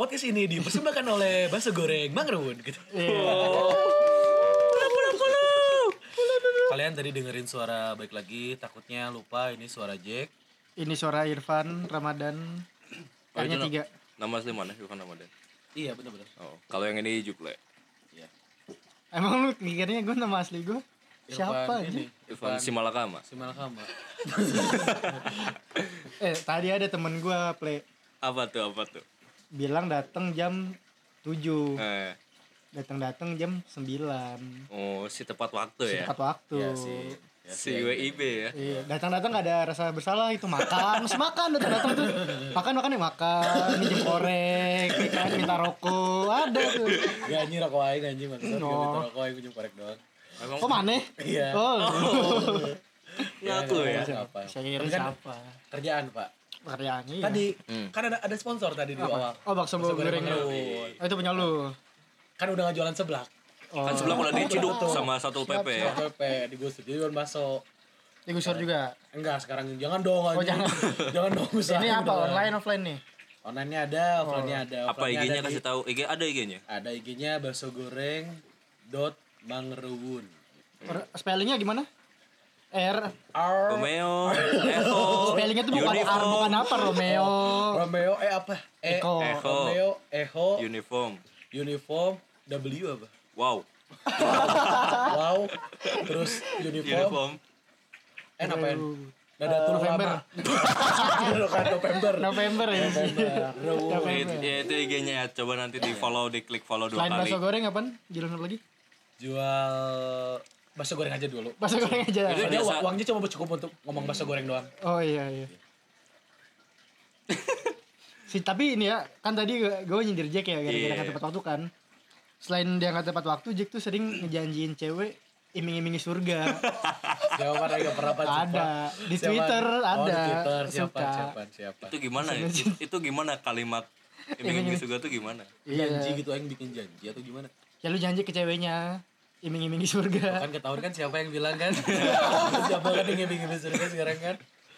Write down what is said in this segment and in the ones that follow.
Podcast ini dipersembahkan oleh bakso goreng Mang Run gitu. Kalian tadi dengerin suara balik lagi, takutnya lupa ini suara Jack. Ini suara Irfan Ramadan. Hanya 3. Nama asli mana? Irfan Ramadan. Iya benar-benar. Oh, kalau yang ini Jukle. Iya. Emang lu mikirnya gue nama asli gue? Siapa ini? Irfan Simalakama. Simalakama. Tadi ada temen gue play Apa tuh? bilang datang jam 7. Datang jam 9. Oh, si tepat waktu ya. Tepat waktu. Iya sih. Si WIB ya. Iya, datang gak ada rasa bersalah itu makan, masih makan datang tuh. Makan minjem korek, ya kan, minta rokok, ada tuh. Ya anjing rokok aing anjing maksudnya minta rokok aing minjem korek doang. Emang Kok maneh? Iya. ngaku ya. Siapa? Saya kira Tapi kan siapa? Kerjaan, Pak. Kerjaannya iya. Tadi kan ada sponsor tadi di awal. Oh, bakso goreng. Oh, itu punya lu. Kan udah nggak jualan seblak. Kan sebelah udah diciduk sama Satpol PP. PP digusur jadi jualan bakso. Digusur juga. Enggak, sekarang jangan dong anjing. Oh, jangan. Jangan dong. Ini apa? Online offline nih? Online-nya ada, offline-nya ada. Apa IG-nya kasih tahu? Ada IG-nya? Ada IG-nya bakso goreng .mangruwun. Spellingnya gimana? R Romeo, Echo, spellingnya tuh bukan R, bukan apa Romeo. Romeo apa? Echo. Romeo Echo Uniform, W apa? wow, Wow. Terus uniform. Ngapain? Dada tuh November. November ya. itu IG-nya ya. Coba nanti di follow, di klik follow 2 Selain kali. bakso goreng apaan? Jualan apa lagi? Jual bakso goreng aja dulu. Bakso goreng aja. Itu Dia biasa. uangnya cuma cukup untuk ngomong bakso goreng doang. Oh iya. Tapi ini ya, kan tadi gue nyindir Jack ya gara-gara nggak tepat waktu kan. Selain dia nggak tepat waktu, Jack tuh sering ngejanjiin cewek iming-imingi surga. Siapa yang pernah Ada di Twitter ada. Oh, di Twitter siapa? Itu gimana ya? Itu gimana kalimat iming-iming surga tuh gimana? Janji gitu, yang bikin janji atau gimana? Ya lu janji ke ceweknya iming-imingi surga. Kan ketahuan kan siapa yang bilang kan? Siapa kan yang iming-iming surga sekarang kan?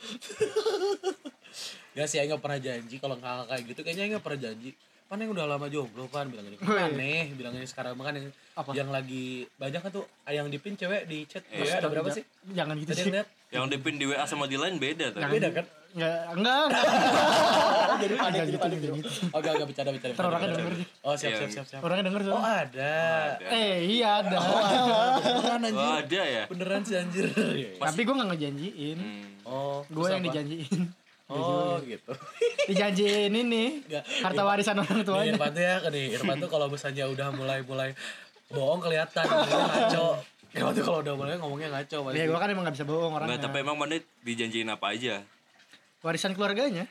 Ya sih, Aing gak pernah janji. Kalau hal kayak gitu kayaknya Aing gak pernah janji. Pan yang udah lama jomblo Pan bilang gitu. Aneh bilangnya sekarang kan yang lagi banyak kan tuh yang dipin cewek di chat. Ya, ada berapa sih? Jangan gitu Tadi sih. lihat. Yang dipin di WA sama di line beda tadi. Beda kan? Enggak. Jadi panik gitu. Oh, agak bercanda. Orangnya denger sih. Oh, siap. Orangnya denger Oh, soalnya. ada. Iya ada. Beneran anjir. Oh, ada ya? Beneran sih anjir. Tapi gue gak ngejanjiin. Oh, Gue yang dijanjiin. Oh, gitu. Dijanjiin ini Enggak. harta warisan orang tuanya. Irfan tuh ya, Irfan tuh kalau misalnya udah mulai bohong kelihatan, ngaco. Irfan tuh kalau udah mulai ngomongnya ngaco. Ya gue kan emang gak bisa bohong orangnya. Nggak, tapi emang mana dijanjiin apa aja? Warisan keluarganya.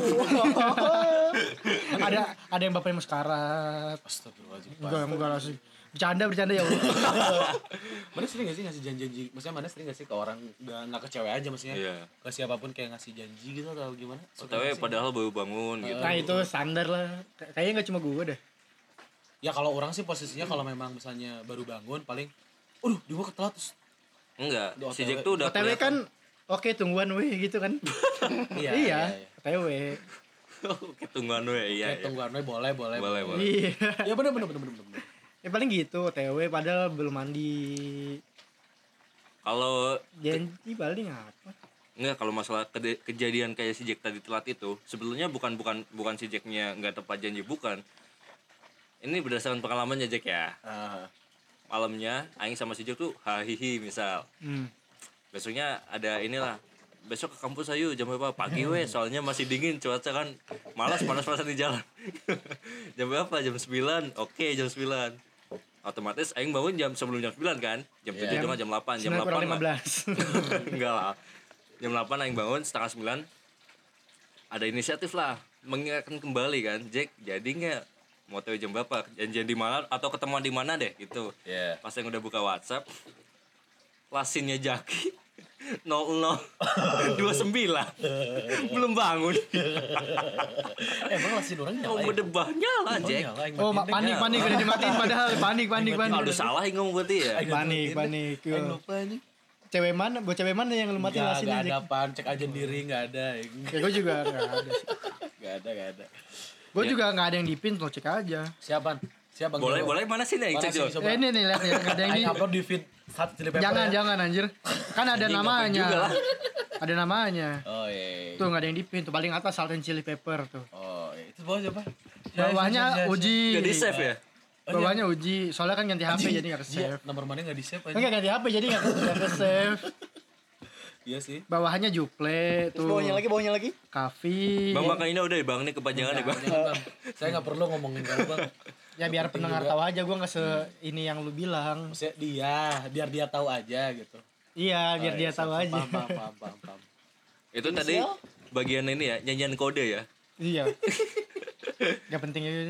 ada yang bapaknya mau sekarat. Astagfirullahaladzim. Enggak lah sih. Bercanda ya Allah. Mana sering gak sih ngasih janji? Maksudnya mana sering gak sih ke orang nggak ke cewek aja maksudnya? Iya. Ke siapapun kayak ngasih janji gitu atau gimana? Tapi padahal baru bangun gitu. Nah itu standar lah. Kayaknya gak cuma gue deh. Ya kalau orang sih posisinya kalau memang misalnya baru bangun paling, di gua ketelat terus. Enggak, Udah si OTW. Jack tuh udah OTW kan oke tungguan weh gitu kan. Iya. OTW. Oke, tungguan we. Iya. Tungguan boleh. Iya. Ya bener. Ya paling gitu OTW padahal belum mandi. Kalau Janji paling apa? enggak, kalau masalah kejadian kayak si Jack tadi telat itu, sebetulnya bukan si Jacknya nggak tepat janji, bukan. Ini berdasarkan pengalamannya Jack ya. Malamnya Aing sama si Jack tuh hahihi misal. Besoknya ada inilah. Besok ke kampus ayo jam berapa? Pagi weh, soalnya masih dingin cuaca kan. Malas panas-panasan di jalan. Jam berapa? Jam 9. Oke, jam 9. Otomatis Aing bangun sebelum jam 9 kan. Jam 7 dengan jam 8. Jam 8 15. Enggak lah. Jam 8 Aing bangun setengah 9. Ada inisiatif lah mengingatkan kembali kan, Jack jadi nggak mau tahu jam berapa, janjian di mana atau ketemuan di mana deh gitu. Pas yang udah buka WhatsApp, lasinnya Jaki 0029 belum bangun. Emang lasin orang nyala Mau ya? berdebah nyala Jack. Oh panik udah dimatiin padahal panik. Aduh salah yang ngomong berarti ya. Panik. Aing lupa nih. Cewek mana yang lu matiin Gak lasinnya ada Jack? pan, cek aja diri gak ada. Ya gue juga gak ada sih. Gak ada. Gue juga nggak ada yang dipin, lo cek aja. Siapa Bang? Boleh mana sih nih? Mana Cek sih, Jo. coba. Ini nih lihat ya, nggak ada yang di. Aing upload di feed Sat Chili Pepper. Jangan anjir. Kan ada Anjing, namanya. ngapain juga lah. Ada namanya. Oh iya. Tuh nggak ada yang dipin, tuh paling atas Salt and Chili Pepper tuh. Oh iya. Itu bawah siapa? Bawahnya Uji. Jadi save ya? Bawahnya Uji. Soalnya kan ganti HP jadi nggak ke Iya, save. nomor mana enggak di save aja. Enggak ganti HP jadi nggak ke save. Iya sih. Bawahnya Juple tuh. Bawahnya lagi. Kavi. Bang makanya ini udah ya Bang, nih kepanjangan ya Bang. Jangan, Bang. Saya enggak perlu ngomongin kamu, Bang. Ya biar pendengar tahu aja, gue nggak ini yang lu bilang. Maksudnya biar dia tahu aja gitu. Iya, biar dia tahu aja. Paham. Itu tadi bagian ini ya, nyanyian kode ya. Iya. Gak penting ya.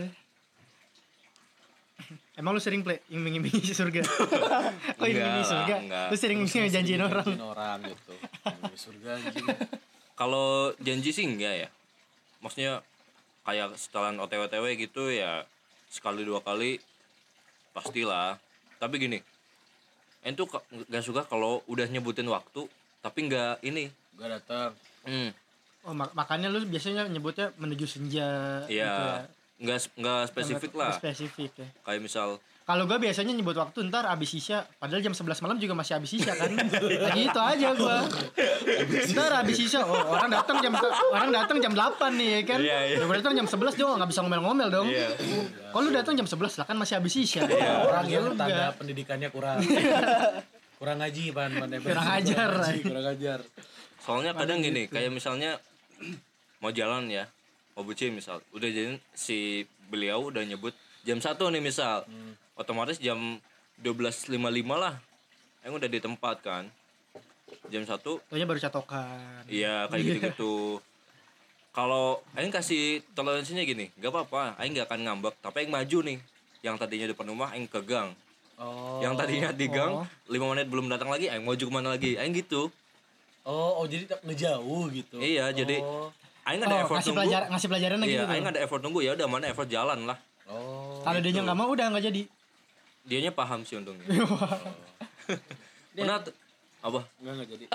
Emang lu sering play iming-imingi surga? Kok iming-imingi surga? enggak. Lu sering janjiin orang. Janjiin orang gitu. Iming surga anjing. Kalau janji sih enggak ya. Maksudnya kayak setelan OTW gitu ya sekali 2 kali pastilah. Tapi gini, tuh gak suka kalau udah nyebutin waktu tapi nggak ini. Gak datang. Oh, makanya lu biasanya nyebutnya menuju senja gitu ya. Nggak spesifik lah. Spesifik ya. Kayak misal kalau gue biasanya nyebut waktu ntar abis isya, padahal jam 11 malam juga masih abis isya kan. Lagi itu aja gue. Ntar abis isya, orang datang jam 8 nih ya kan. Iya. Gue datang jam 11 dia nggak bisa ngomel-ngomel dong. Iya. Kalau lu datang jam 11 lah kan masih abis isya. Orang yang juga. tanda pendidikannya kurang. Kurang ngaji, Pan. Kurang ajar. Kurang ajar. soalnya kadang gini, kayak misalnya mau jalan ya, mau bucin misal, udah jadi si beliau udah nyebut jam 1 nih misal. Otomatis jam 12.55 lah yang udah di tempat kan. Jam 1 Soalnya baru catokan. iya kayak gitu-gitu. Kalau aing kasih toleransinya gini, gak apa-apa, aing gak akan ngambek, tapi aing maju nih. Yang tadinya depan rumah aing ke gang. Yang tadinya di gang 5 menit belum datang lagi, aing maju kemana lagi, aing gitu. Jadi ngejauh gitu. Iya, jadi aing ada effort nunggu. Ngasih pelajaran lagi Iya, gitu. aing ada effort nunggu, ya udah mana effort jalan lah. Kalau gitu. dia nggak mau udah nggak jadi. Dianya paham sih untungnya. Pernah apa? Enggak jadi.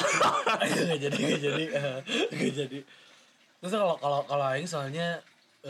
Enggak jadi. Terus kalau aing soalnya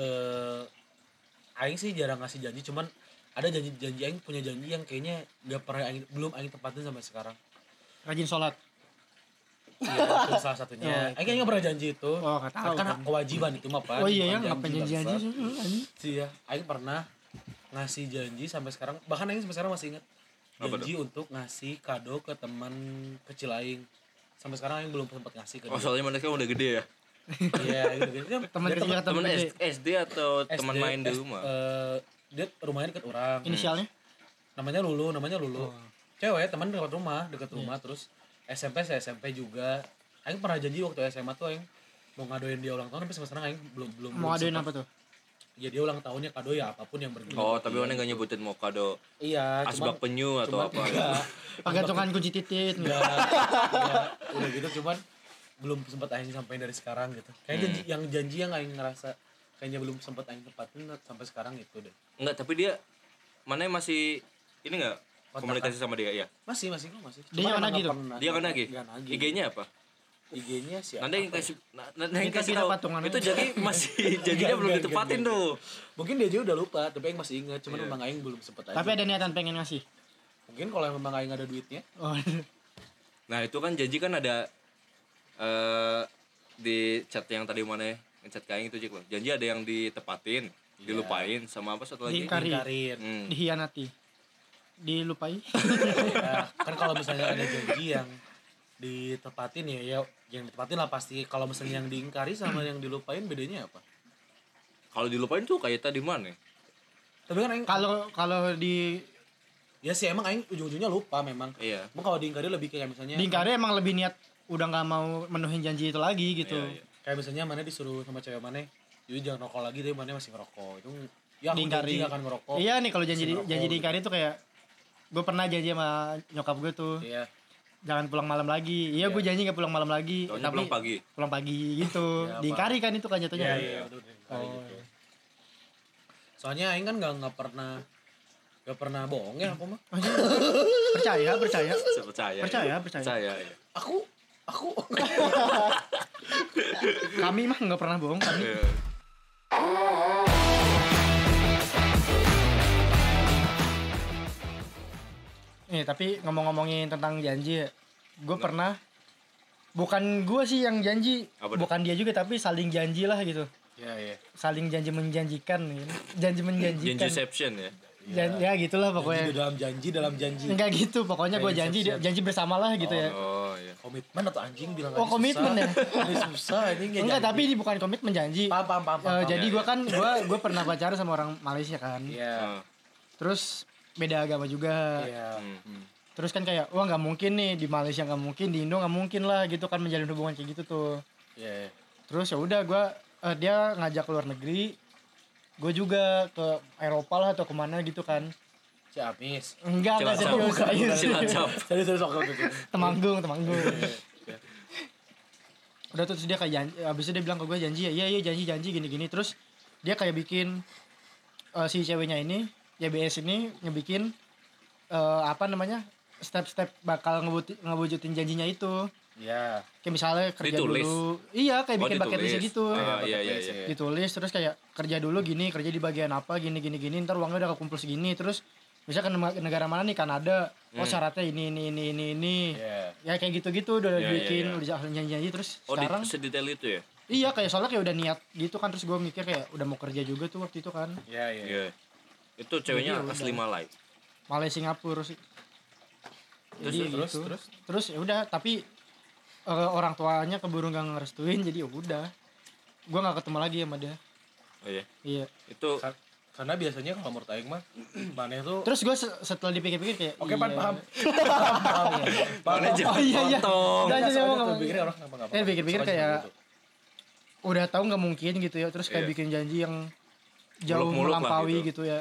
aing sih jarang ngasih janji, cuman ada janji aing punya janji yang kayaknya belum aing tepatin sampai sekarang. Rajin sholat. Iya, itu salah satunya. Aing kayaknya pernah janji itu. Oh, nggak tahu. Kan kewajiban itu mah, Pak. Oh iya ya, Bukan ngapain janji sih ya. Aing pernah ngasih janji sampai sekarang, bahkan aing sampai sekarang masih ingat. Janji untuk ngasih kado ke teman kecil aing. Sampai sekarang aing belum sempat ngasih ke dia. Oh, soalnya mereka udah gede ya. Iya, gitu. Teman kecil atau Teman gede? SD atau teman main di rumah? Dia rumahnya dekat orang. Inisialnya? Namanya Lulu. Cewek, teman dekat rumah, terus SMP juga. Aing pernah janji waktu SMA tuh aing mau ngadoin dia ulang tahun, tapi sampai sekarang aing belum Mau ngadoin apa tuh? Ya dia ulang tahunnya kado ya apapun yang berguna. Oh, tapi mana enggak nyebutin mau kado Iya, asbak penyu atau apa? Pagantungan kunci titit enggak. Udah gitu cuman belum sempat aing sampai dari sekarang gitu. Kayak janji yang aing ngerasa kayaknya belum sempat aing tepatin sampai sekarang itu deh. Enggak, tapi dia mana masih ini enggak komunikasi sama dia ya? Masih. Dia nggak nagih tuh? Dia nggak nagih. IG-nya apa? IG-nya sih. Nanti yang kasih kita tahu. patungan Itu aja. jadi masih janjinya belum ditepatin tuh. Mungkin dia juga udah lupa, tapi aing masih ingat, cuman memang aing belum sempat aja. Tapi ada niatan pengen ngasih. Mungkin kalau memang aing ada duitnya. Oh. Nah, itu kan janji kan ada di chat yang tadi mana ngechat ke aing itu Jik loh. Janji ada yang ditepatin, dilupain sama apa satu lagi? Diingkarin. Dihianati. Dilupai. Ya, kan kalau misalnya ada janji yang ditepatin ya yang ditepatin lah pasti. Kalau misalnya yang diingkari sama yang dilupain bedanya apa? Kalau dilupain tuh kayak tadi mana? Tapi kan aing kalau di ya sih emang aing ujung-ujungnya lupa memang. Iya. Emang kalau diingkari lebih kayak misalnya diingkari emang lebih niat udah nggak mau menuhin janji itu lagi gitu. Iya. kayak misalnya mana disuruh sama cewek mana, jadi jangan rokok lagi, tapi mana masih ngerokok. Itu ya aku Diingkari. janji gak akan ngerokok. Iya nih kalau janji Masih ngerokok diingkari tuh kayak gue pernah janji sama nyokap gue tuh. Iya. Jangan pulang malam lagi. Iya, gue janji gak pulang malam lagi. Soalnya Tapi pulang pagi gitu. Ya, diingkari kan itu kan jatuhnya. Iya, betul. Gitu. Soalnya aing kan gak pernah bohong ya aku mah. Percaya. Percaya ya. Aku Kami mah nggak pernah bohong kami. Iya. Nih, tapi ngomongin tentang janji ya. Gue pernah, bukan gue sih yang janji, bukan dia juga, tapi saling janji lah gitu. Iya. Saling janji menjanjikan gitu. Janji menjanjikan. Janjiception ya. Ya gitulah pokoknya. Dalam janji. Enggak gitu, pokoknya gue janji bersama lah gitu ya. Oh iya. Komitmen atau anjing bilang Oh, komitmen ya. Ini susah ini Enggak, tapi ini bukan komitmen janji. Paham. Jadi gue pernah pacaran sama orang Malaysia kan. Iya. Terus beda agama juga. Iya. Terus kan kayak wah nggak mungkin nih di Malaysia, nggak mungkin di Indo, nggak mungkin lah gitu kan menjalin hubungan kayak gitu tuh. Iya. Terus ya udah dia ngajak ke luar negeri, gue juga ke Eropa lah atau kemana gitu kan. Ciamis. Enggak serius. Serius. Temanggung. Udah terus dia kayak janji, abis itu dia bilang ke gue janji ya, iya janji gini. Terus dia kayak bikin si ceweknya ini, YBS ini ngebikin step-step bakal ngewujudin janjinya itu. Iya. Kayak misalnya kerja ditulis. dulu. Iya, kayak bikin bucket list gitu. Iya. Ditulis terus kayak kerja dulu gini, kerja di bagian apa gini, ntar uangnya udah kekumpul segini. Terus misalkan negara mana nih, Kanada. Oh, syaratnya ini. Iya. Ya kayak gitu-gitu udah dibikin, udah janji terus sekarang. Sedetail itu ya? Iya, kayak soalnya kayak udah niat gitu kan, terus gue mikir kayak udah mau kerja juga tuh waktu itu kan. Iya. Itu ceweknya Jadi, asli Malay. Malaysia Singapura sih. Jadi terus ya udah, tapi orang tuanya keburu nggak ngerestuin, jadi ya udah gue nggak ketemu lagi sama dia. Oh iya. Iya. Itu karena biasanya kalau menurut aing mah maneh tuh terus gue setelah dipikir-pikir kayak oke, paham. mana jangan iya. potong. Pikir-pikir kayak udah tahu nggak mungkin gitu ya, terus kayak bikin janji yang jauh Muluk-muluk melampaui lah gitu ya.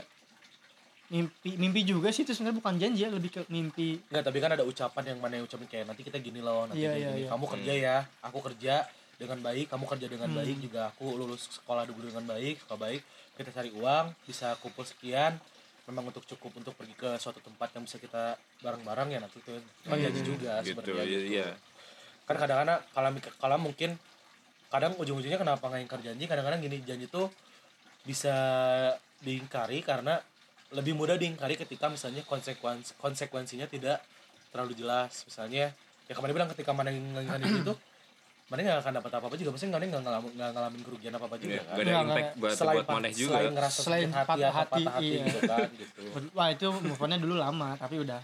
Mimpi juga sih itu sebenarnya, bukan janji ya, lebih ke mimpi. Enggak, tapi kan ada ucapan yang mana yang ucapin kayak nanti kita gini loh, nanti gini. Iya. Kamu kerja ya, aku kerja dengan baik, kamu kerja dengan baik juga, aku lulus sekolah dulu dengan baik, suka baik, kita cari uang, bisa kumpul sekian, memang cukup untuk pergi ke suatu tempat yang bisa kita bareng-bareng ya, nanti itu kan janji juga sebenarnya gitu. Iya. Kan kadang-kadang kalau mungkin kadang ujung-ujungnya kenapa nggak ingkar janji, kadang-kadang gini, janji tuh bisa diingkari karena lebih mudah diingkari ketika misalnya konsekuensinya tidak terlalu jelas. Misalnya ya kemarin bilang ketika mana yang ngingkarin itu, mana nggak akan dapat apa-apa juga, maksudnya nggak ngalamin kerugian apa-apa juga kan. Gak ada impact buat maneh juga. Selain ngerasa sakit hati atau patah hati iya. gitu kan gitu. Wah, itu move on-nya dulu lama, tapi udah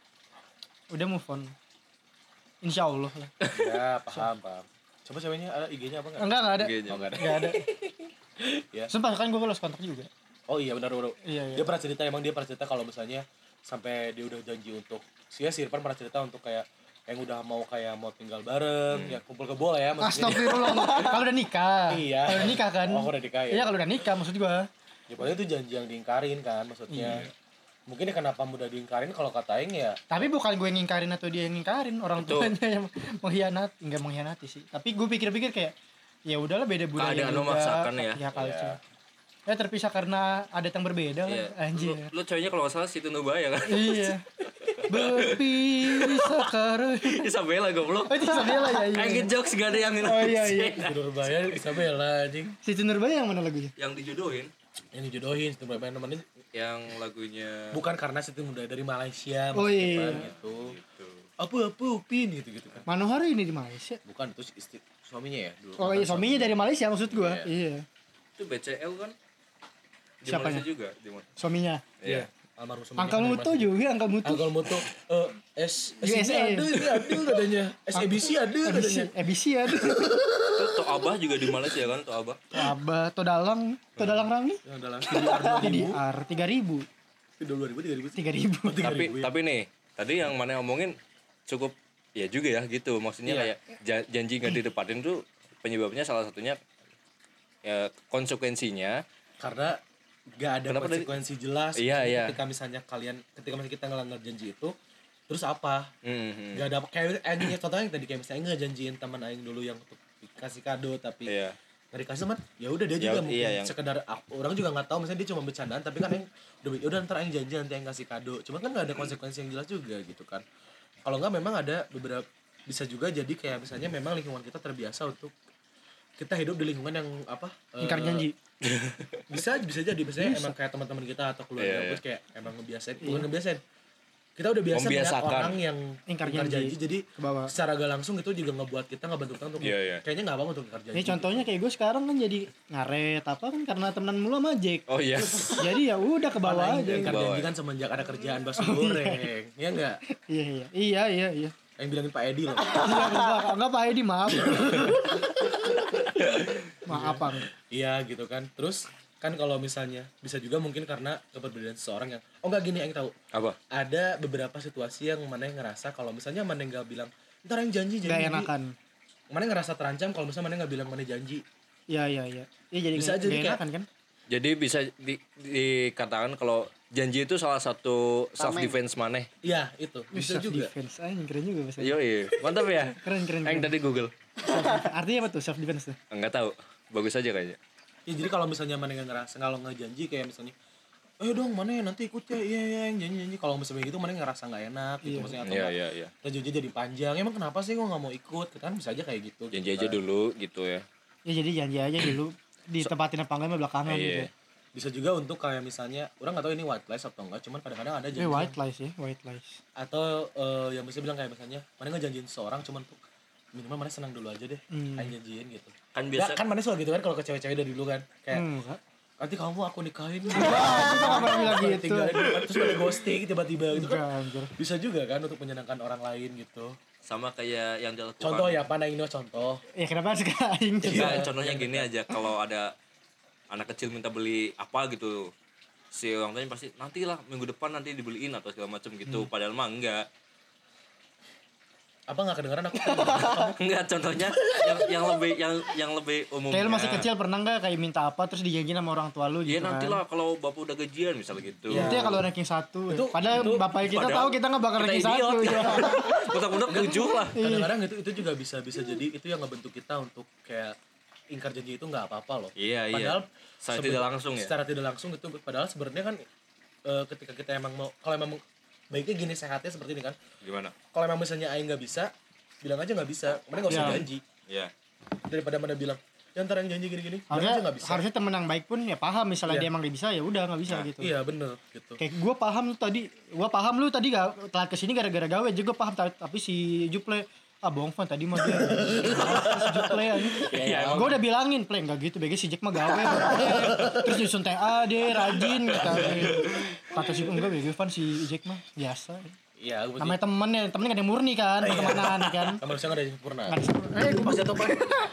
move on, insya Allah lah. Ya paham. Coba ceweknya ada IG-nya apa nggak? Enggak ada. Nggak ada. Ya. Sumpah kan gue lost kontak juga. Oh iya benar. Iya. Dia pernah cerita kalau misalnya sampai dia udah janji untuk si Irfan pernah cerita untuk kayak yang udah mau tinggal bareng, ya kumpul kebo lah ya maksudnya. Astagfirullah. Kalau udah nikah. Iya. Kalau udah nikah kan. Oh, udah nikah ya. Iya, kalau udah nikah maksud gua. Ya pokoknya itu janji yang diingkarin kan maksudnya. Iya. Mungkin ya kenapa mudah diingkarin kalau kata Aing ya. Tapi bukan gue yang ngingkarin atau dia yang ngingkarin, orang tuanya yang enggak mengkhianati sih. Tapi gue pikir-pikir kayak ya udahlah, beda budaya keadaan memaksakan ya. Ya kali sih. Ya terpisah karena adat yang berbeda lah, anjir. Lu ceweknya kalau nggak salah Siti Nubaya kan? Iya. Berpisah karena Isabella goblok. Oh, itu Isabella ya. Kayak jokes gak ada yang ini. Oh iya. Surabaya Isabella anjing. Siti Nurbaya yang mana lagunya? Yang dijodohin. Yang dijodohin Surabaya nemenin. Yang lagunya Bukan karena Siti muda dari Malaysia oh iya. gitu. Apa Upin gitu kan. Manohara ini di Malaysia. Bukan, itu suaminya ya dulu. Oh iya, suaminya dari Malaysia maksud gua. Iya. Itu BCL kan? Di Siapanya? Malaysia juga, Suaminya. Iya. Almarhum suaminya. Angkal Muto juga, Angkal Muto. Angkal Muto USA. ada katanya. SABC ada katanya. ABC ada. Itu Tok Abah juga di Malaysia kan, Tok Abah. Abah, Todalang Ramli. Yang dalam TDR 3.000. 3.000. Tapi nih, tadi yang mana ngomongin cukup ya juga ya gitu. Maksudnya kayak janji nggak didepatin tuh penyebabnya salah satunya ya konsekuensinya karena gak ada konsekuensi jelas. Iya. Ketika misalnya kita ngelanggar janji itu, terus apa? Gak ada kayak Aing contohnya tadi kayak misalnya ngejanjiin teman Aing dulu yang untuk dikasih kado tapi nggak dikasih teman, ya udah dia juga mungkin sekedar orang juga nggak tahu, misalnya dia cuma bercandaan tapi kan Aing udah ntar Aing janji nanti Aing kasih kado, cuman kan nggak ada konsekuensi yang jelas juga gitu kan. Kalau nggak memang ada beberapa, bisa juga jadi kayak misalnya memang lingkungan kita terbiasa untuk kita hidup di lingkungan yang ingkar janji. bisa jadi misalnya emang kayak teman-teman kita atau keluarga kayak emang ngebiasain, bukan ngebiasain, kita udah biasa lihat orang yang ingkar janji jadi secara gak langsung itu juga ngebuat kita ngebantu kita untuk kayaknya nggak apa-apa untuk ingkar janji. Ini contohnya kayak gue sekarang kan jadi ngaret apa kan karena temenan mulu sama Jack. Oh iya. Jadi ya udah ke bawah aja. Ingkar janji kan semenjak ada kerjaan bakso goreng. Iya enggak? Iya. Yang bilangin Pak Edi loh. Enggak Pak Edi, maaf. Maaf, Bang. Iya gitu kan. Terus kan kalau misalnya bisa juga mungkin karena keberbedaan seseorang yang enggak gini yang tahu. Apa? Ada beberapa situasi yang mana yang ngerasa kalau misalnya mana enggak bilang ntar yang janji gak enakan. Mana ngerasa terancam kalau misalnya mana enggak bilang mana janji. Iya. Ya jadi bisa aja gak enakan kan? Jadi bisa dikatakan kalau janji itu salah satu self defense maneh. Iya, itu. Bisa self juga. Defense. Keren juga bahasa. Iya. Mantap ya? Keren. Yang tadi Google. Artinya apa tuh self defense tuh? Enggak tahu. Bagus aja kayaknya. Ya, jadi kalau misalnya mana nggak ngerasa kalau nggak janji kayak misalnya ayo dong mana nanti ikut ya iya yang janji kalau misalnya gitu mana ngerasa nggak enak gitu maksudnya atau iya. janji jadi panjang emang kenapa sih gue nggak mau ikut kan bisa aja kayak gitu janji aja dulu gitu ya. Ya jadi janji aja dulu ditempatin apa enggak belakangan gitu. Bisa juga untuk kayak misalnya orang nggak tahu ini white lies atau enggak cuman kadang-kadang ada janji white lies atau yang bisa bilang kayak misalnya mana nggak janjiin seorang cuman tuh minimal mana senang dulu aja deh ayo janjiin gitu kan biasa kan mana soal gitu kan kalau ke cewek-cewek dari dulu kan kayak nanti kamu aku nikahin kita nggak pernah bilang gitu terus pada ghosting tiba-tiba gitu kan bisa juga kan untuk menyenangkan orang lain gitu sama kayak yang dilakukan contoh ya apa ini contoh ya kenapa sekarang contohnya gini aja kalau ada anak kecil minta beli apa gitu si orang tuanya pasti nantilah minggu depan nanti dibeliin atau segala macam gitu padahal mah enggak apa nggak kedengeran aku enggak contohnya yang lebih umum kayak lu masih kecil pernah nggak kayak minta apa terus dijanjiin sama orang tua lu gitu nanti lah kalau bapak udah gajian misalnya gitu itu ya kalau ranking 1 itu, padahal bapak kita tahu kita nggak bakal ranking 1 ya udah 7 lah kadang-kadang itu juga bisa jadi itu yang ngebentuk kita untuk kayak ingkar janji itu nggak apa-apa loh padahal secara tidak langsung ya secara tidak langsung itu padahal sebenarnya kan ketika kita emang mau kalau emang baiknya gini sehatnya seperti ini kan gimana kalau emang misalnya aing nggak bisa bilang aja nggak bisa mana nggak usah janji daripada mana bilang ya ntar yang janji gini-gini harusnya temen yang baik pun ya paham misalnya dia emang nggak bisa ya udah nggak bisa gitu iya bener gitu kayak gue paham lu tadi gak telat kesini gara-gara gawe juga paham tapi si Juple bohong fan tadi mah dia Juple aja gue udah bilangin play nggak gitu bagi si Jack mah gawe terus nyusun TA deh rajin kata si enggak bagi fan si Jack mah biasa iya namanya temennya gak ada yang murni kan pertemanan kan manusia gak ada yang sempurna gue pas jatuh pak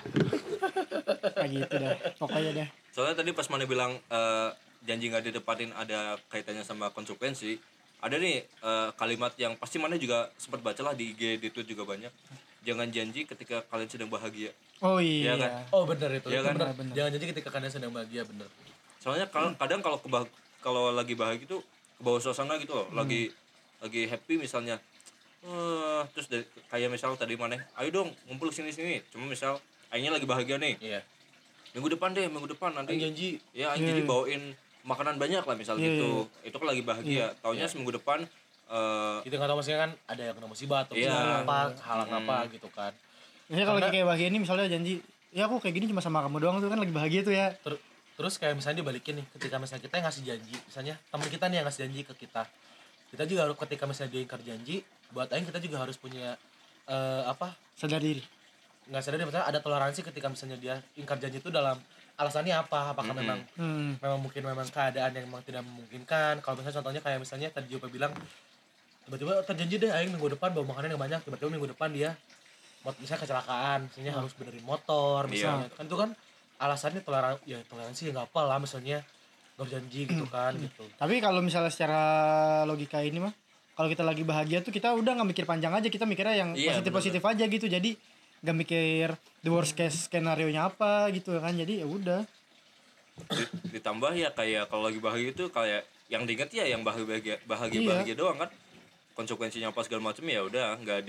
kayak gitu dah pokoknya dah soalnya tadi pas mana bilang janji nggak didepatin ada kaitannya sama konsekuensi ada nih kalimat yang pasti mana juga sempat baca lah di IG di Twitter juga banyak jangan janji ketika kalian sedang bahagia iya kan? Benar itu ya kan? Bener. Jangan janji ketika kalian sedang bahagia bener soalnya kadang kalau lagi bahagia itu ke bawah suasana gitu loh lagi happy misalnya terus kayak misal tadi mana ayo dong ngumpul sini cuma misal akhirnya lagi bahagia nih minggu depan nanti janji janji bawain makanan banyak lah misal gitu itu kan lagi bahagia taunya seminggu depan kita nggak tahu maksudnya kan ada yang kena musibah atau apa halang apa gitu kan ya kalau kayak bahagia ini misalnya janji ya aku kayak gini cuma sama kamu doang tuh kan lagi bahagia tuh ya terus kayak misalnya dibalikin nih ketika misalnya kita yang ngasih janji misalnya teman kita nih yang ngasih janji ke kita juga harus ketika misalnya dia ingkar janji buat aing kita juga harus punya sadar diri nggak sadar diri misalnya ada toleransi ketika misalnya dia ingkar janji itu dalam alasannya apakah memang mungkin keadaan yang memang tidak memungkinkan kalau misalnya contohnya kayak misalnya tadi Jopa bilang tiba-tiba terjanji deh aing minggu depan bawa makanan yang banyak tiba-tiba minggu depan dia misalnya kecelakaan misalnya harus benerin motor misalnya kan itu kan alasannya toleransi ya nggak apa lah misalnya berjanji gitu kan gitu tapi kalau misalnya secara logika ini mah kalau kita lagi bahagia tuh kita udah nggak mikir panjang aja kita mikirnya yang positif aja gitu jadi nggak mikir the worst case skenario nya apa gitu kan jadi ya udah ditambah ya kayak kalau lagi bahagia itu kayak yang diinget ya yang bahagia doang kan konsekuensinya apa segala macam ya udah nggak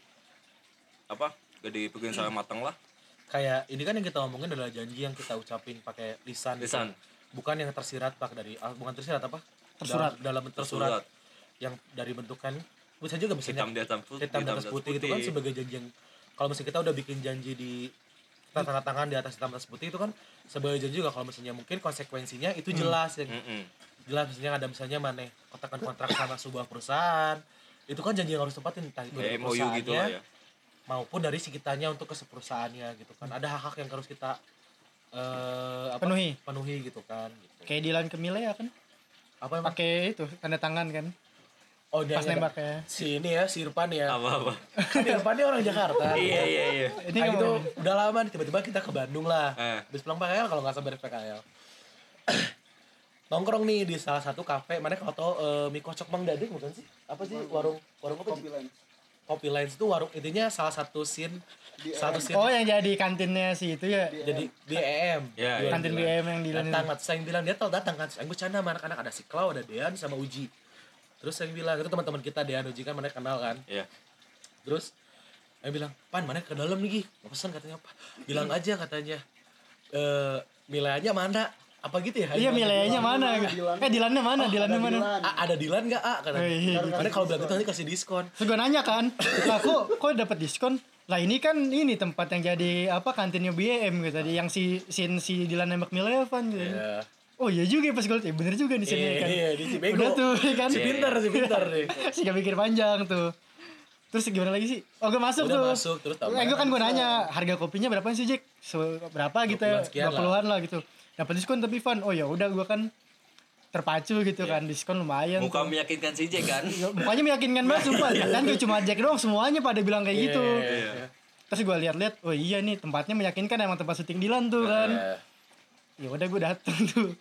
dipikirin secara matang lah kayak ini kan yang kita ngomongin adalah janji yang kita ucapin pakai lisan. Bukan yang tersirat bukan tersirat apa dalam tersurat yang dari bentukan bisa juga misalnya hitam di atas putih gitu kan sebagai janji yang kalau misalnya kita udah bikin janji di tanda tangan di atas hitam atas putih itu kan sebagai janji juga kalau misalnya mungkin konsekuensinya itu jelas ya. jelas misalnya mana kontrak sama sebuah perusahaan, itu kan janji yang harus tepatin, entah itu dari perusahaannya gitu ya, maupun dari si kitanya untuk ke perusahaannya gitu kan. Ada hak-hak yang harus kita penuhi gitu kan gitu. Kayak Dilan ke Mile ya kan, apa pakai itu tanda tangan kan. Oh dia pas nembak ya. Si ini ya, si Irfan ya. Apa? Kan Irfan dia orang Jakarta. Iya. Ini itu udah lama nih, tiba-tiba kita ke Bandung lah. Habis pulang PKL kalau enggak sabar PKL. Nongkrong nih di salah satu kafe, mana kalau tau mie kocok Mang Dadeng bukan sih? Apa sih warung apa? Kopi Lines itu warung, intinya salah satu scene. Oh yang jadi kantinnya sih itu ya. Jadi di EM. Ya, kantin BM yang di datang, saya bilang dia datang kan. Saya bercanda sama anak-anak, ada si Klau, ada Dean sama Uji. Terus saya bilang, itu teman-teman kita Dean Uji kan mereka kenal kan. Iya. Terus saya bilang, "Pan, mana ke dalam nih, mau pesan," katanya apa? Bilang aja katanya. Mileanya mana? Apa gitu ya? Iya, Mileanya mana? Dilannya mana? Dilannya mana? Ada Dilan enggak, katanya. Karena kalau bilang gitu nanti kasih diskon. Terus gue nanya kan, "Lah kok dapat diskon?" Lah ini kan ini tempat yang jadi apa kantinnya BM gitu tadi, yang si Dilan nembak Mile Evan gitu. Iya. Oh iya juga pas gue bener juga di sini kan. Iya, di sini bego. Udah tuh kan. Si pintar nih. Si gak mikir panjang tuh. Terus gimana lagi sih? Oh gue masuk tuh. Terus gue kan gue nanya harga kopinya berapa sih Jack? Berapa gitu ya? 20-an lah gitu. Dapat diskon tapi Van. Oh ya udah gue kan terpacu gitu kan, diskon lumayan. Muka meyakinkan si Jack kan. Mukanya meyakinkan banget sumpah. Dan gak cuma Jack doang, semuanya pada bilang kayak gitu. Terus gue lihat-lihat, oh iya nih tempatnya meyakinkan, emang tempat syuting Dilan tuh kan. Ya udah gue datang tuh.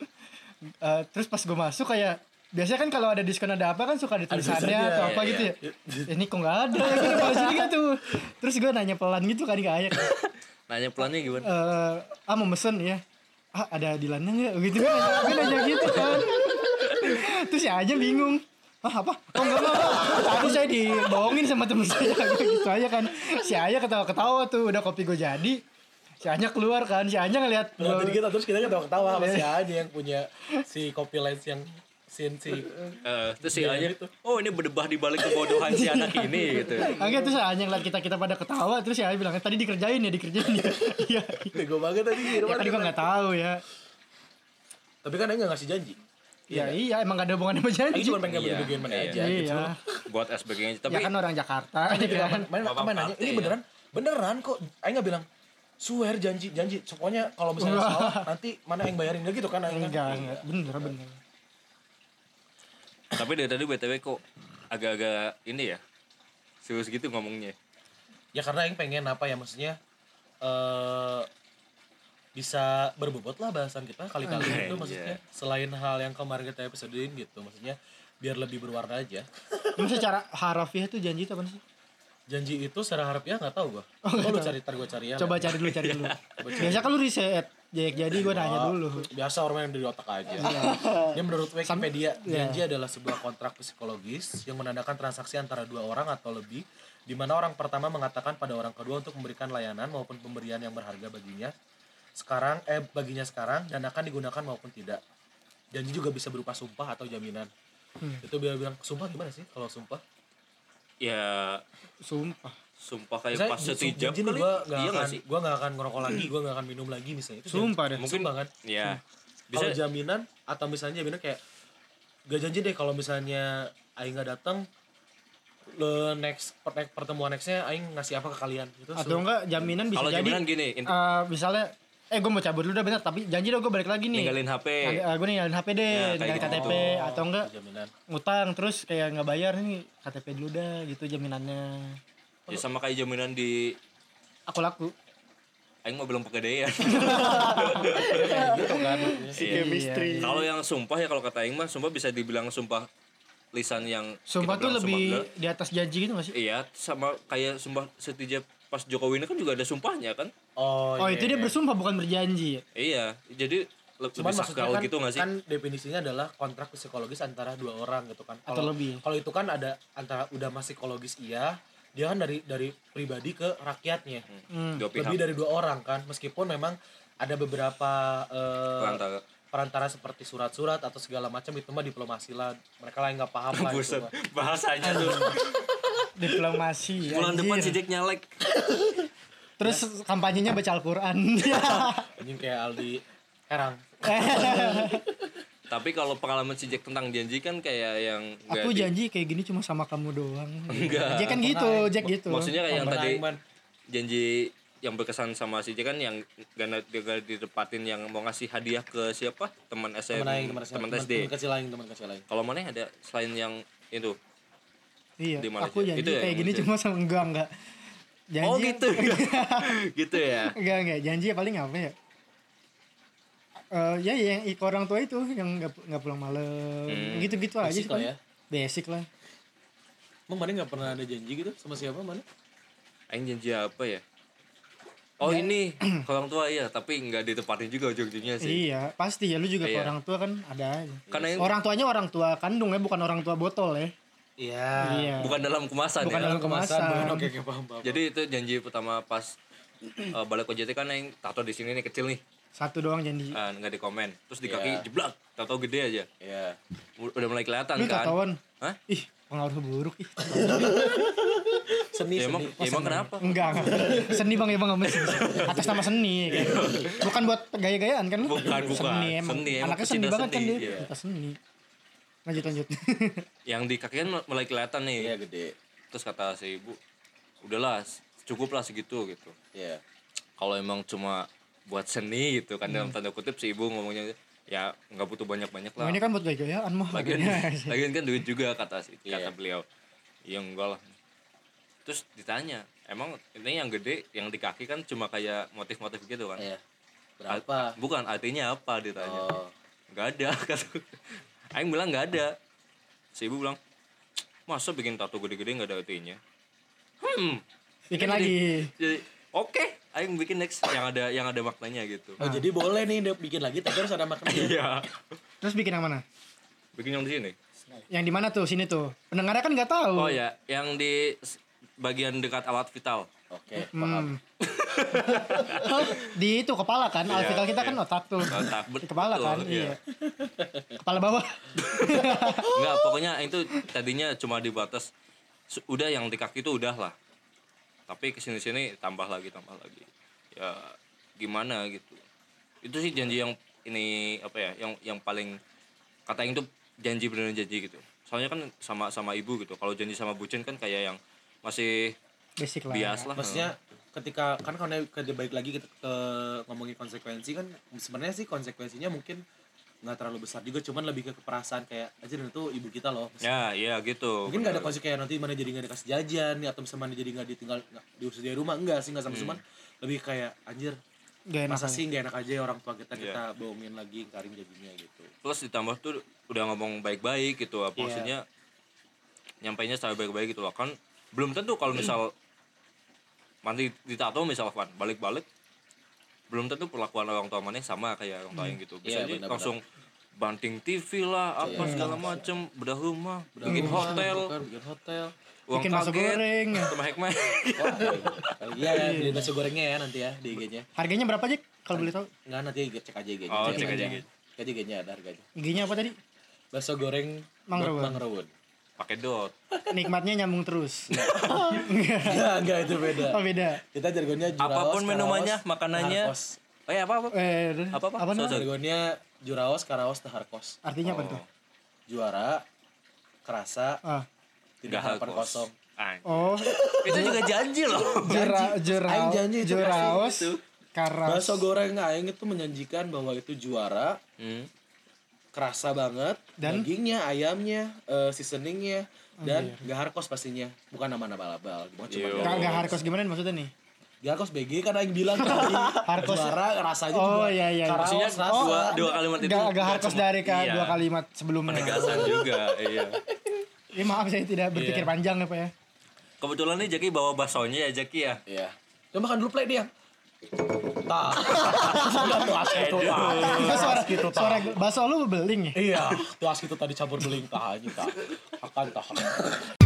Terus pas gue masuk kayak biasanya kan kalau ada diskon ada apa kan suka ada tulisannya atau apa gitu ya. Ini kok nggak ada, gitu pas ini kan tuh. Terus gue nanya pelan gitu kan kayak nanya pelannya gimana? Mau mesen ya. Ada Dilannya nggak? Gitu kan? Gue nanya gitu kan. Terus ya aja bingung. Apa? Oh enggak. Tadi saya dibohongin sama temen saya gitu aja kan. Si Aya ketawa-ketawa tuh, udah kopi gue jadi. Si Anya keluar kan, si Anya ngeliat jadi kita terus kita ketawa sama si Anya yang punya si Kopi Lines yang terus si Anya oh ini berdebah di balik kebodohan si anak ini gitu. Oke, terus si Anya ngeliat kita pada ketawa, terus si Anya bilang tadi dikerjain ya. Iya. Bego banget tadi. Ya kan gue nggak tahu ya. Tapi kan Anya nggak ngasih janji. Ya iya, emang gak ada hubungannya sama janji. Cuma pengen bagian mana aja gitu. Buat SBG-nya tapi ya kan orang Jakarta gitu kan. Main nanya, ini beneran kok. Aing nggak bilang swear janji. Pokoknya kalau misalnya salah nanti mana yang bayarin gitu kan. Enggak. Bener. Tapi dari tadi BTW kok agak-agak ini ya. Serius gitu ngomongnya. Ya karena Aing pengen apa ya, maksudnya bisa berbobot lah bahasan kita kali-kali itu maksudnya. Selain hal yang kemarin kita episodein gitu, maksudnya biar lebih berwarna aja. Ini secara harafiah tuh janji itu apa sih? Janji itu secara harfiah nggak tahu gua. Lu cari, gue cari ya. Coba cari dulu. Biasa kan lu riset, jadi gue nanya dulu. Biasa orang yang dari otak aja. Ini menurut Wikipedia, janji adalah sebuah kontrak psikologis yang menandakan transaksi antara dua orang atau lebih, di mana orang pertama mengatakan pada orang kedua untuk memberikan layanan maupun pemberian yang berharga baginya sekarang dan akan digunakan maupun tidak. Janji juga bisa berupa sumpah atau jaminan. Itu bilang sumpah gimana sih kalau sumpah? Ya sumpah kayak misalnya, pas setijab kali. Gue gak akan ngerokok lagi, gue gak akan minum lagi misalnya. Itu sumpah deh. Mungkin sumpah kan? Ya. Kalau jaminan atau misalnya jaminan kayak gak janji deh kalau misalnya Aing gak datang, pertemuan nextnya Aing ngasih apa ke kalian gitu. Atau enggak jaminan bisa jadi. Kalau jaminan gini, misalnya gue mau cabut dulu udah bener, tapi janji dong gue balik lagi nih. Ninggalin HP. Gue ninggalin HP deh, ninggalin KTP gitu. Atau enggak jaminan. ngutang terus kayak nggak bayar nih KTP dulu dah gitu jaminannya. Ya sama kayak jaminan di aku laku. Aing mau belum pegadaian. Gitu kan. Chemistry. Kalau yang sumpah ya kalau kata Aing mah sumpah bisa dibilang sumpah lisan yang sumpah tuh lebih di atas janji gitu gak sih? Iya, sama kayak sumpah setijab pas Jokowi ini kan juga ada sumpahnya kan? Oh itu dia bersumpah bukan berjanji. Iya, jadi cuman maksudnya kan, gitu gak sih? Kan definisinya adalah kontrak psikologis antara dua orang gitu kan. Atau lebih. Kalau itu kan ada antara udah masih psikologis iya, dia kan dari pribadi ke rakyatnya. Lebih dari dua orang kan, meskipun memang ada beberapa perantara seperti surat-surat atau segala macam, itu mah diplomasi lah. Mereka lah yang nggak paham lah itu. Bahasanya tuh. Diplomasi. Bulan depan si Jack nyalek. Terus kampanyenya baca Al-Quran. Ini kayak Aldi Herang. Tapi kalau pengalaman si Jack tentang janji kan kayak yang aku janji kayak gini cuma sama kamu doang. Enggak. Jack kan gitu, Jack gitu. Maksudnya kayak yang tadi janji yang berkesan sama si Jack kan yang gak ditepatin, yang mau ngasih hadiah ke siapa? Teman SD. Teman kecil lain. Kalau mana ada selain yang itu? Iya, aku janji itu kayak gini cuma sama enggak. Janji. Oh gitu. Gitu ya. Enggak, janji ya paling apa ya? Ya yang ke orang tua itu yang nggak pulang malam, gitu-gitu aja sih ya. Basic lah. Emang mana nggak pernah ada janji gitu sama siapa mana? Aing janji apa ya? Oh ya. Ini ke orang tua iya, tapi nggak ditepatin juga ujung-ujungnya sih. Iya, pasti ya lu juga ke orang tua kan ada aja. Karena orang tuanya orang tua kandung ya, bukan orang tua botol ya. Iya. Bukan dalam kemasan bukan ya. Dalam kemasan. Oke, paham. Jadi itu janji pertama pas balik OJT kan yang tato di sini nih kecil nih. Satu doang janji. Nggak di komen. Terus di kaki jeblak, tato gede aja. Iya. Udah mulai kelihatan lu kan. Tatoan? Hah? Ih, pengaruh buruk ih. Seni. Emang kenapa? Enggak. Seni Bang, emang enggak mesti. Atas nama seni kan. Bukan buat gaya-gayaan kan? Bukan. Seni emang. Anaknya seni banget kan dia. Iya. Kita seni. Lanjut. Yang di kaki kan mulai kelihatan nih. Iya, gede. Terus kata si ibu, udahlah cukup lah segitu gitu. Iya. Kalau emang cuma buat seni gitu kan dalam tanda kutip si ibu ngomongnya ya nggak butuh banyak-banyak lah. Ini kan buat gaya-gayaan mah. Lagian kan duit juga kata beliau. Iya enggak lah. Terus ditanya, emang ini yang gede yang di kaki kan cuma kayak motif-motif gitu kan? Iya. Berapa? Bukan, artinya apa ditanya. Oh. Nggak ada kata. Aing bilang nggak ada. Si ibu bilang, masa bikin tato gede-gede nggak ada artinya? Bikin lagi. Jadi oke. Aing bikin next yang ada maknanya gitu. Oh, jadi boleh nih bikin lagi tapi harus ada maknanya. Iya. Terus bikin yang mana? Bikin yang di sini. Yang di mana tuh? Sini tuh. Pendengarnya kan nggak tahu. Oh ya, yang di bagian dekat alat vital. Oke, paham. Di itu kepala kan? Alat vital kita kan otak tuh. Otak, di kepala kan? Iya. Kepala bawah. Enggak, pokoknya itu tadinya cuma dibatas udah yang di kaki itu udah lah. Tapi kesini-sini tambah lagi ya gimana gitu. Itu sih janji yang ini apa ya, yang paling kata yang itu janji beneran janji gitu. Soalnya kan sama ibu gitu. Kalau janji sama bucin kan kayak yang masih basic lah. Bias lah. Maksudnya ketika kan kalau balik lagi ke ngomongin konsekuensi kan sebenarnya sih konsekuensinya mungkin nggak terlalu besar juga, cuman lebih ke keperasaan kayak aja itu ibu kita loh. Ya, iya gitu. Mungkin nggak ada konsekuensi nanti mana jadi nggak dikasih jajan atau misalnya jadi nggak ditinggal diusir dari rumah, enggak sih, nggak sama cuman lebih kayak anjir masa sih nggak enak aja ya orang tua kita bohongin lagi ingkarin jadinya gitu. Plus ditambah tuh udah ngomong baik-baik gitu apa maksudnya nyampainya secara baik-baik gitu loh kan, belum tentu kalau misal nanti ditato misalkan balik-balik belum tentu perlakuan orang tua mana sama kayak orang tua yang gitu. Bisa aja langsung banting TV lah apa segala macem, bedah rumah, bikin hotel, uang bikin bakso goreng, sama hikmah. Iya, beli bakso gorengnya ya nanti ya di IG-nya. Harganya berapa Jack kalau boleh tahu? Enggak, nanti cek aja IG-nya. Oh, cek aja. IG-nya ada harganya. IG-nya apa tadi? Bakso goreng Mang Rawon. Pakai dot. Nikmatnya nyambung terus. Enggak itu beda. Oh, beda. Kita jargonnya juraos. Apapun minumannya, makanannya. Oh ya, apa? Apa? Jargonnya juraos, karaos, taharkos. Artinya apa tuh? Juara, kerasa, tidak harapan kosong. Oh, itu juga janji loh. Juraos, karaos. Bakso goreng aing itu menjanjikan bahwa itu juara. Kerasa banget, dagingnya, ayamnya, seasoningnya, dan gak harkos pastinya, bukan nama-nama label. Gak harkos gimana maksudnya nih? Gak harkos BG kan yang bilang tadi harkos juara rasanya juga. Oh iya. Maksudnya dua kalimat itu. Gak harkos dari dua kalimat sebelumnya. Penegasan juga, iya. Ya maaf saya tidak berpikir panjang ya Pak ya. Kebetulan nih Jaki bawa baksonya ya Jaki ya. Iya. Coba makan dulu play dia. Tah. Suara bakso lu beling ya? Iya, tuas gitu tadi campur beling tah aja tah. Akan tah.